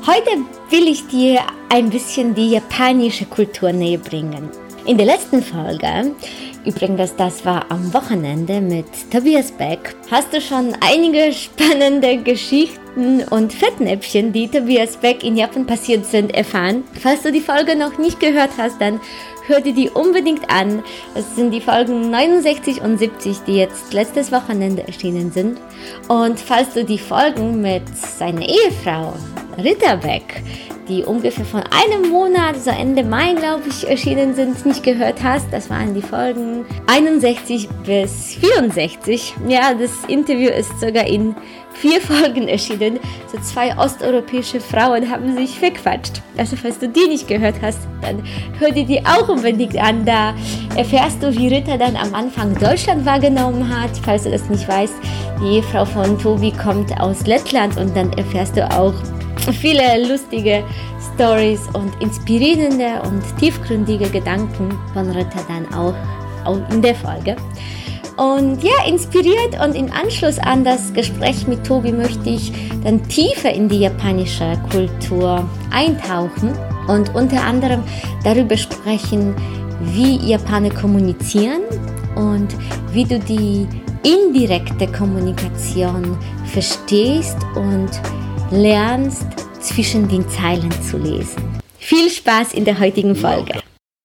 Heute will ich dir ein bisschen die japanische Kultur näher bringen. In der letzten Folge, übrigens das war am Wochenende mit Tobias Beck, hast du schon einige spannende Geschichten und Fettnäpfchen, die Tobias Beck in Japan passiert sind, erfahren. Falls du die Folge noch nicht gehört hast, dann hör dir die unbedingt an. Das sind die Folgen 69 und 70, die jetzt letztes Wochenende erschienen sind. Und falls du die Folgen mit seiner Ehefrau Rita Beck, die ungefähr von einem Monat, so Ende Mai, glaube ich, erschienen sind, nicht gehört hast, das waren die Folgen 61 bis 64. Ja, das Interview ist sogar in 4 Folgen erschienen. So 2 osteuropäische Frauen haben sich verquatscht. Also falls du die nicht gehört hast, dann hör dir die auch unbedingt an. Da erfährst du, wie Rita dann am Anfang Deutschland wahrgenommen hat. Falls du das nicht weißt, die Ehefrau von Tobi kommt aus Lettland und dann erfährst du auch viele lustige Stories und inspirierende und tiefgründige Gedanken von Rita dann auch in der Folge. Und ja, inspiriert und im Anschluss an das Gespräch mit Tobi möchte ich dann tiefer in die japanische Kultur eintauchen und unter anderem darüber sprechen, wie Japaner kommunizieren und wie du die indirekte Kommunikation verstehst und lernst, zwischen den Zeilen zu lesen. Viel Spaß in der heutigen Folge.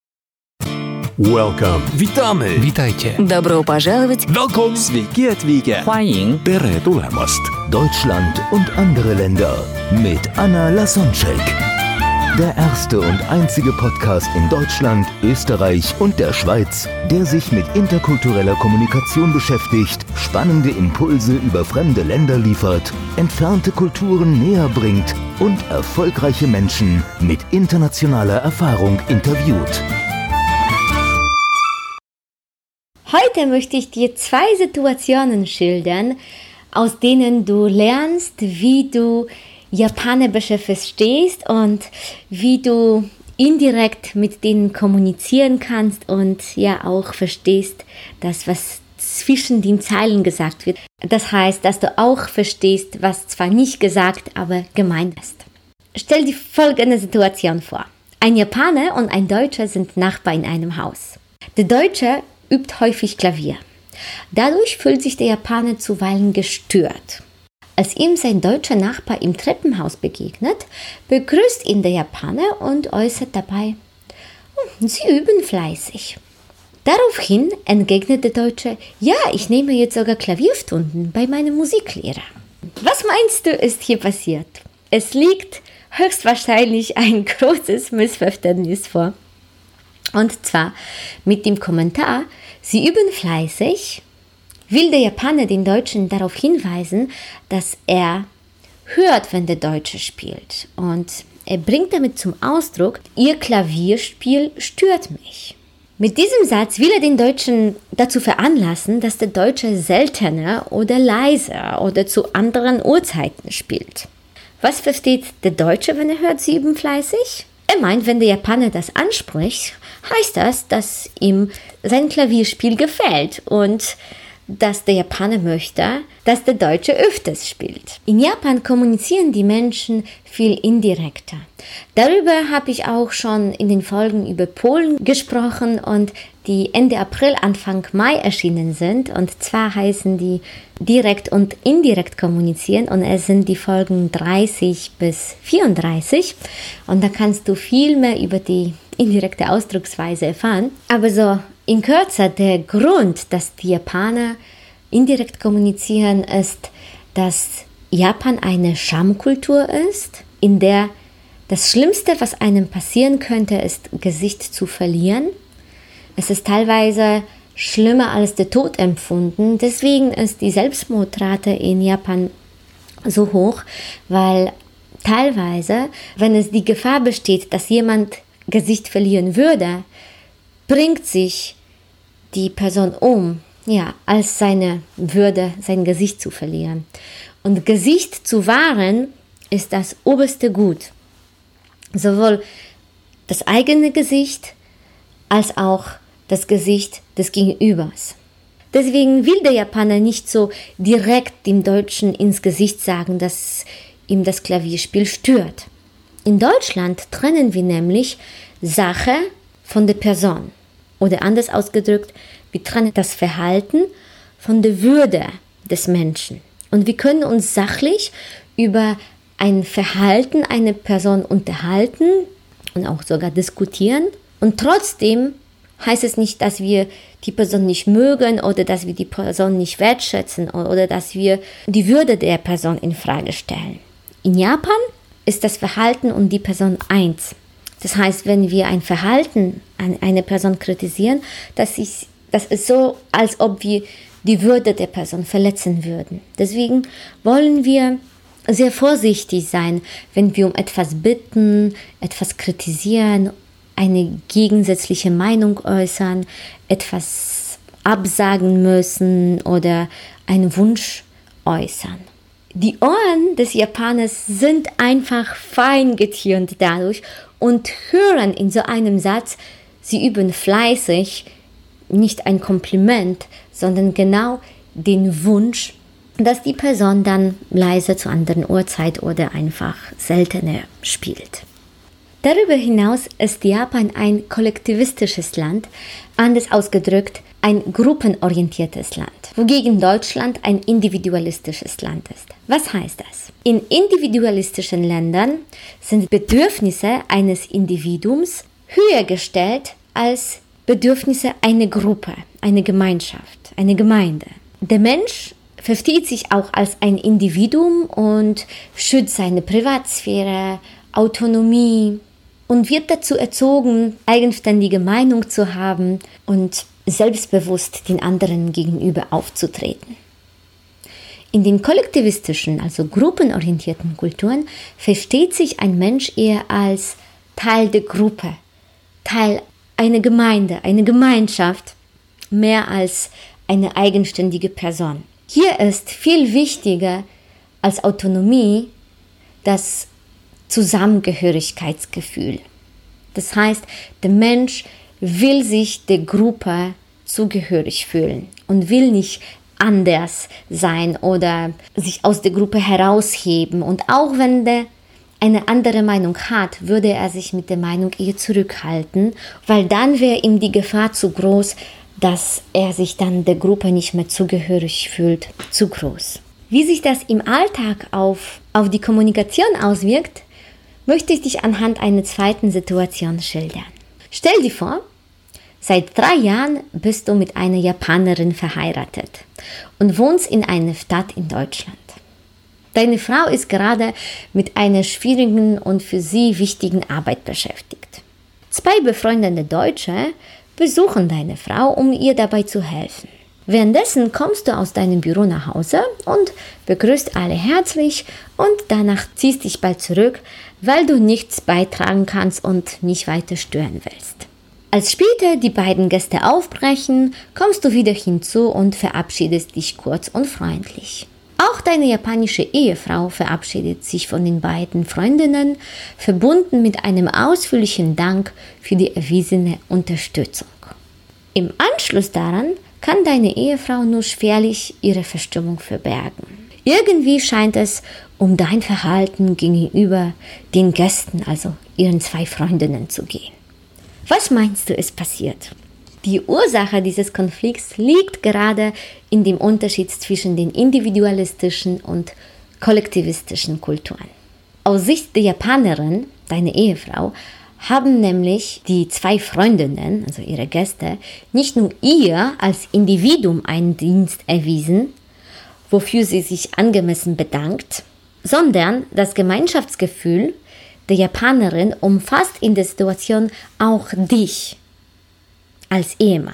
Welcome. Witamy. Witajcie. Добро пожаловать. Welcome. Sveiki atvykę. 欢迎 Tere tulemast. Deutschland und andere Länder mit Anna Lasonczek. Der erste und einzige Podcast in Deutschland, Österreich und der Schweiz, der sich mit interkultureller Kommunikation beschäftigt, spannende Impulse über fremde Länder liefert, entfernte Kulturen näher bringt und erfolgreiche Menschen mit internationaler Erfahrung interviewt. Heute möchte ich dir 2 Situationen schildern, aus denen du lernst, wie du Japaner besser verstehst und wie du indirekt mit denen kommunizieren kannst und ja auch verstehst, das, was zwischen den Zeilen gesagt wird. Das heißt, dass du auch verstehst, was zwar nicht gesagt, aber gemeint ist. Stell dir folgende Situation vor. Ein Japaner und ein Deutscher sind Nachbarn in einem Haus. Der Deutsche übt häufig Klavier. Dadurch fühlt sich der Japaner zuweilen gestört. Als ihm sein deutscher Nachbar im Treppenhaus begegnet, begrüßt ihn der Japaner und äußert dabei: Sie üben fleißig. Daraufhin entgegnet der Deutsche: Ja, ich nehme jetzt sogar Klavierstunden bei meinem Musiklehrer. Was meinst du, ist hier passiert? Es liegt höchstwahrscheinlich ein großes Missverständnis vor. Und zwar mit dem Kommentar: Sie üben fleißig, will der Japaner den Deutschen darauf hinweisen, dass er hört, wenn der Deutsche spielt. Und er bringt damit zum Ausdruck: Ihr Klavierspiel stört mich. Mit diesem Satz will er den Deutschen dazu veranlassen, dass der Deutsche seltener oder leiser oder zu anderen Uhrzeiten spielt. Was versteht der Deutsche, wenn er hört, Sie üben fleißig? Er meint, wenn der Japaner das anspricht, heißt das, dass ihm sein Klavierspiel gefällt und dass der Japaner möchte, dass der Deutsche öfters spielt. In Japan kommunizieren die Menschen viel indirekter. Darüber habe ich auch schon in den Folgen über Polen gesprochen und die Ende April, Anfang Mai erschienen sind. Und zwar heißen die direkt und indirekt kommunizieren und es sind die Folgen 30 bis 34. Und da kannst du viel mehr über die indirekte Ausdrucksweise erfahren. Aber so in Kürze, der Grund, dass die Japaner indirekt kommunizieren, ist, dass Japan eine Schamkultur ist, in der das Schlimmste, was einem passieren könnte, ist, Gesicht zu verlieren. Es ist teilweise schlimmer als der Tod empfunden. Deswegen ist die Selbstmordrate in Japan so hoch, weil teilweise, wenn es die Gefahr besteht, dass jemand Gesicht verlieren würde, bringt sich die Person um, ja, als seine Würde, sein Gesicht zu verlieren. Und Gesicht zu wahren ist das oberste Gut. Sowohl das eigene Gesicht als auch das Gesicht des Gegenübers. Deswegen will der Japaner nicht so direkt dem Deutschen ins Gesicht sagen, dass ihm das Klavierspiel stört. In Deutschland trennen wir nämlich Sache von der Person. Oder anders ausgedrückt, wir trennen das Verhalten von der Würde des Menschen. Und wir können uns sachlich über ein Verhalten einer Person unterhalten und auch sogar diskutieren. Und trotzdem heißt es nicht, dass wir die Person nicht mögen oder dass wir die Person nicht wertschätzen oder dass wir die Würde der Person in Frage stellen. In Japan ist das Verhalten und die Person eins. Das heißt, wenn wir ein Verhalten an einer Person kritisieren, das ist so, als ob wir die Würde der Person verletzen würden. Deswegen wollen wir sehr vorsichtig sein, wenn wir um etwas bitten, etwas kritisieren, eine gegensätzliche Meinung äußern, etwas absagen müssen oder einen Wunsch äußern. Die Ohren des Japaners sind einfach fein geturnt dadurch und hören in so einem Satz, sie üben fleißig, nicht ein Kompliment, sondern genau den Wunsch, dass die Person dann leise zu anderen Uhrzeit oder einfach seltener spielt. Darüber hinaus ist Japan ein kollektivistisches Land, anders ausgedrückt ein gruppenorientiertes Land, wogegen Deutschland ein individualistisches Land ist. Was heißt das? In individualistischen Ländern sind Bedürfnisse eines Individuums höher gestellt als Bedürfnisse einer Gruppe, einer Gemeinschaft, einer Gemeinde. Der Mensch versteht sich auch als ein Individuum und schützt seine Privatsphäre, Autonomie und wird dazu erzogen, eigenständige Meinung zu haben und selbstbewusst den anderen gegenüber aufzutreten. In den kollektivistischen, also gruppenorientierten Kulturen versteht sich ein Mensch eher als Teil der Gruppe, Teil einer Gemeinde, einer Gemeinschaft, mehr als eine eigenständige Person. Hier ist viel wichtiger als Autonomie das Zusammengehörigkeitsgefühl. Das heißt, der Mensch will sich der Gruppe zugehörig fühlen und will nicht anders sein oder sich aus der Gruppe herausheben. Und auch wenn der eine andere Meinung hat, würde er sich mit der Meinung eher zurückhalten, weil dann wäre ihm die Gefahr zu groß, dass er sich dann der Gruppe nicht mehr zugehörig fühlt, zu groß. Wie sich das im Alltag auf die Kommunikation auswirkt, möchte ich dich anhand einer zweiten Situation schildern. Stell dir vor, seit 3 Jahren bist du mit einer Japanerin verheiratet und wohnst in einer Stadt in Deutschland. Deine Frau ist gerade mit einer schwierigen und für sie wichtigen Arbeit beschäftigt. 2 befreundete Deutsche besuchen deine Frau, um ihr dabei zu helfen. Währenddessen kommst du aus deinem Büro nach Hause und begrüßt alle herzlich und danach ziehst dich bald zurück, weil du nichts beitragen kannst und nicht weiter stören willst. Als später die beiden Gäste aufbrechen, kommst du wieder hinzu und verabschiedest dich kurz und freundlich. Auch deine japanische Ehefrau verabschiedet sich von den beiden Freundinnen, verbunden mit einem ausführlichen Dank für die erwiesene Unterstützung. Im Anschluss daran kann deine Ehefrau nur schwerlich ihre Verstimmung verbergen. Irgendwie scheint es um dein Verhalten gegenüber den Gästen, also ihren 2 Freundinnen, zu gehen. Was meinst du, ist passiert? Die Ursache dieses Konflikts liegt gerade in dem Unterschied zwischen den individualistischen und kollektivistischen Kulturen. Aus Sicht der Japanerin, deine Ehefrau, haben nämlich die 2 Freundinnen, also ihre Gäste, nicht nur ihr als Individuum einen Dienst erwiesen, wofür sie sich angemessen bedankt, sondern das Gemeinschaftsgefühl der Japanerin umfasst in der Situation auch dich als Ehemann.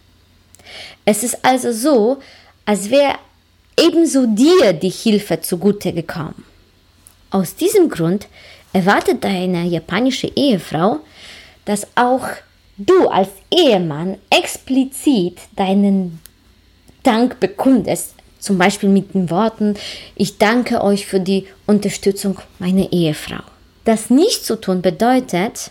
Es ist also so, als wäre ebenso dir die Hilfe zugute gekommen. Aus diesem Grund erwartet deine japanische Ehefrau, dass auch du als Ehemann explizit deinen Dank bekundest, zum Beispiel mit den Worten: Ich danke euch für die Unterstützung meiner Ehefrau. Das nicht zu tun bedeutet,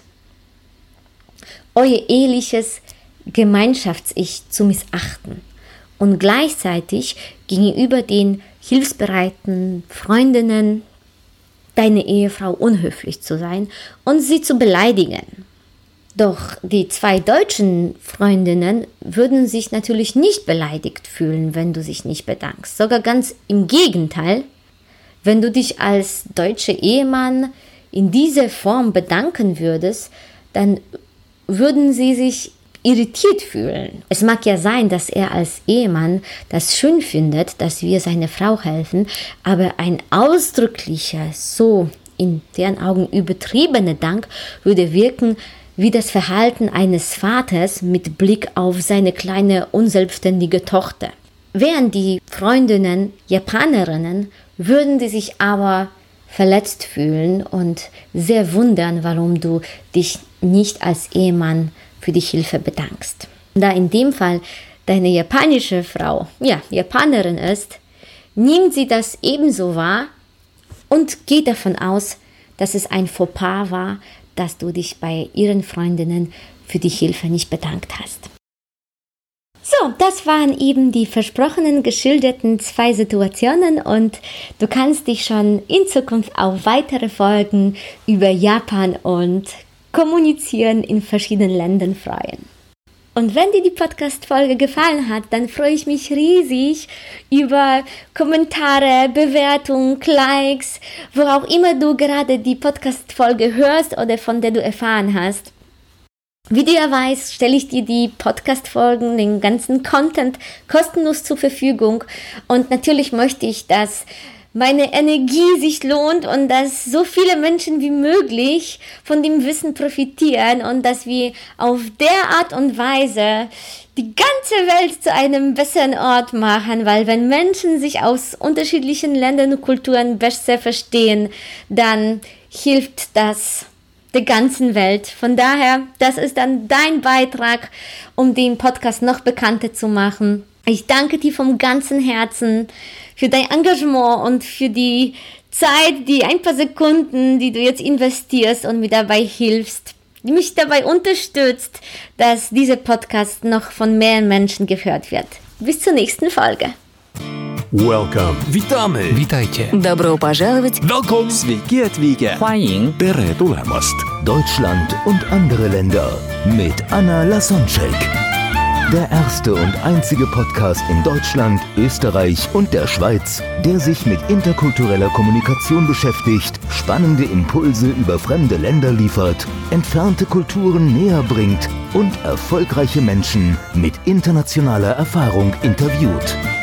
euer eheliches Gemeinschafts-Ich zu missachten und gleichzeitig gegenüber den hilfsbereiten Freundinnen deine Ehefrau unhöflich zu sein und sie zu beleidigen. Doch die 2 deutschen Freundinnen würden sich natürlich nicht beleidigt fühlen, wenn du dich nicht bedankst. Sogar ganz im Gegenteil. Wenn du dich als deutscher Ehemann in dieser Form bedanken würdest, dann würden sie sich irritiert fühlen. Es mag ja sein, dass er als Ehemann das schön findet, dass wir seiner Frau helfen, aber ein ausdrücklicher, so in deren Augen übertriebener Dank würde wirken wie das Verhalten eines Vaters mit Blick auf seine kleine unselbstständige Tochter. Wären die Freundinnen Japanerinnen, würden die sich aber verletzt fühlen und sehr wundern, warum du dich nicht als Ehemann für die Hilfe bedankst. Da in dem Fall deine japanische Frau, Japanerin ist, nimmt sie das ebenso wahr und geht davon aus, dass es ein Fauxpas war, dass du dich bei ihren Freundinnen für die Hilfe nicht bedankt hast. So, das waren eben die versprochenen geschilderten 2 Situationen und du kannst dich schon in Zukunft auf weitere Folgen über Japan und Kommunizieren in verschiedenen Ländern freuen. Und wenn dir die Podcast-Folge gefallen hat, dann freue ich mich riesig über Kommentare, Bewertungen, Likes, wo auch immer du gerade die Podcast-Folge hörst oder von der du erfahren hast. Wie du ja weißt, stelle ich dir die Podcast-Folgen, den ganzen Content kostenlos zur Verfügung. Und natürlich möchte ich, dass meine Energie sich lohnt und dass so viele Menschen wie möglich von dem Wissen profitieren und dass wir auf der Art und Weise die ganze Welt zu einem besseren Ort machen, weil wenn Menschen sich aus unterschiedlichen Ländern und Kulturen besser verstehen, dann hilft das der ganzen Welt. Von daher, das ist dann dein Beitrag, um den Podcast noch bekannter zu machen. Ich danke dir vom ganzen Herzen für dein Engagement und für die Zeit, die ein paar Sekunden, die du jetzt investierst und mir dabei hilfst, die mich dabei unterstützt, dass dieser Podcast noch von mehr Menschen gehört wird. Bis zur nächsten Folge. Welcome. Witamy. Witajcie. Добро пожаловать. Welcome. Sveiki atvykę. 欢迎 Tere tulemast. Deutschland und andere Länder mit Anna Lasonczek. Der erste und einzige Podcast in Deutschland, Österreich und der Schweiz, der sich mit interkultureller Kommunikation beschäftigt, spannende Impulse über fremde Länder liefert, entfernte Kulturen näher bringt und erfolgreiche Menschen mit internationaler Erfahrung interviewt.